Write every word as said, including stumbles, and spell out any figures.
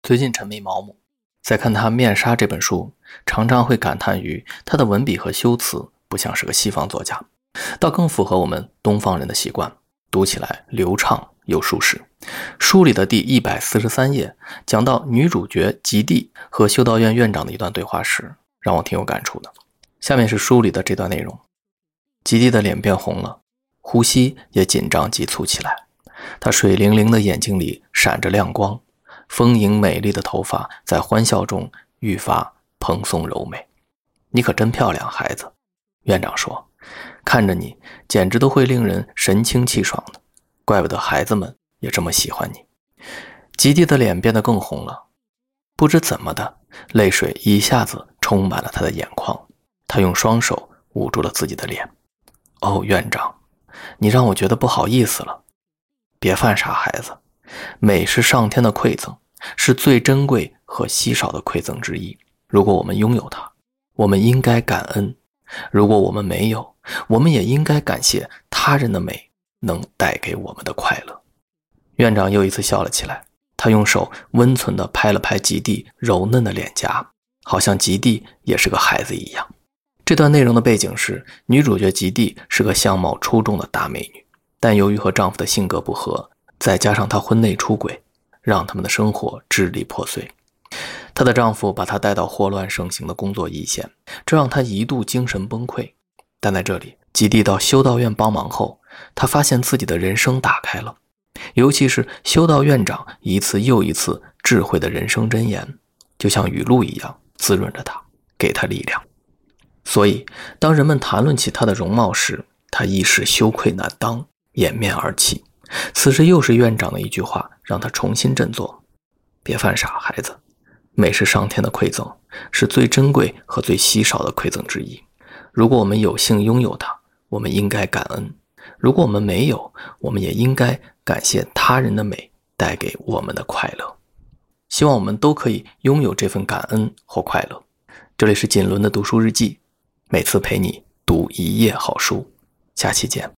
最近沉迷毛姆，在看他《面纱》这本书，常常会感叹于他的文笔和修辞不像是个西方作家，倒更符合我们东方人的习惯，读起来流畅又舒适。书里的第一百四十三页讲到女主角吉蒂和修道院院长的一段对话时，让我挺有感触的。下面是书里的这段内容。吉蒂的脸变红了，呼吸也紧张急促起来，她水灵灵的眼睛里闪着亮光，丰盈美丽的头发在欢笑中愈发蓬松柔美。你可真漂亮，孩子，院长说，看着你简直都会令人神清气爽的，怪不得孩子们也这么喜欢你。吉蒂的脸变得更红了，不知怎么的，泪水一下子充满了她的眼眶，她用双手捂住了自己的脸。哦，院长，你让我觉得不好意思了。别犯傻，孩子，美是上天的馈赠，是最珍贵和稀少的馈赠之一。如果我们拥有它，我们应该感恩；如果我们没有，我们也应该感谢他人的美能带给我们的快乐。院长又一次笑了起来，他用手温存地拍了拍吉蒂柔嫩的脸颊，好像吉蒂也是个孩子一样。这段内容的背景是，女主角吉蒂是个相貌出众的大美女，但由于和丈夫的性格不合，再加上她婚内出轨，让他们的生活支离破碎。她的丈夫把她带到霍乱盛行的工作一线，这让她一度精神崩溃。但在这里，吉蒂到修道院帮忙后，她发现自己的人生打开了，尤其是修道院长一次又一次智慧的人生箴言，就像雨露一样滋润着她，给她力量。所以当人们谈论起她的容貌时，她一时羞愧难当，掩面而泣。此时又是院长的一句话让她重新振作，别犯傻，孩子，美是上天的馈赠，是最珍贵和最稀少的馈赠之一。如果我们有幸拥有它，我们应该感恩；如果我们没有，我们也应该感谢他人的美带给我们的快乐。希望我们都可以拥有这份感恩或快乐。这里是锦纶的读书日记，每次陪你读一页好书，下期见。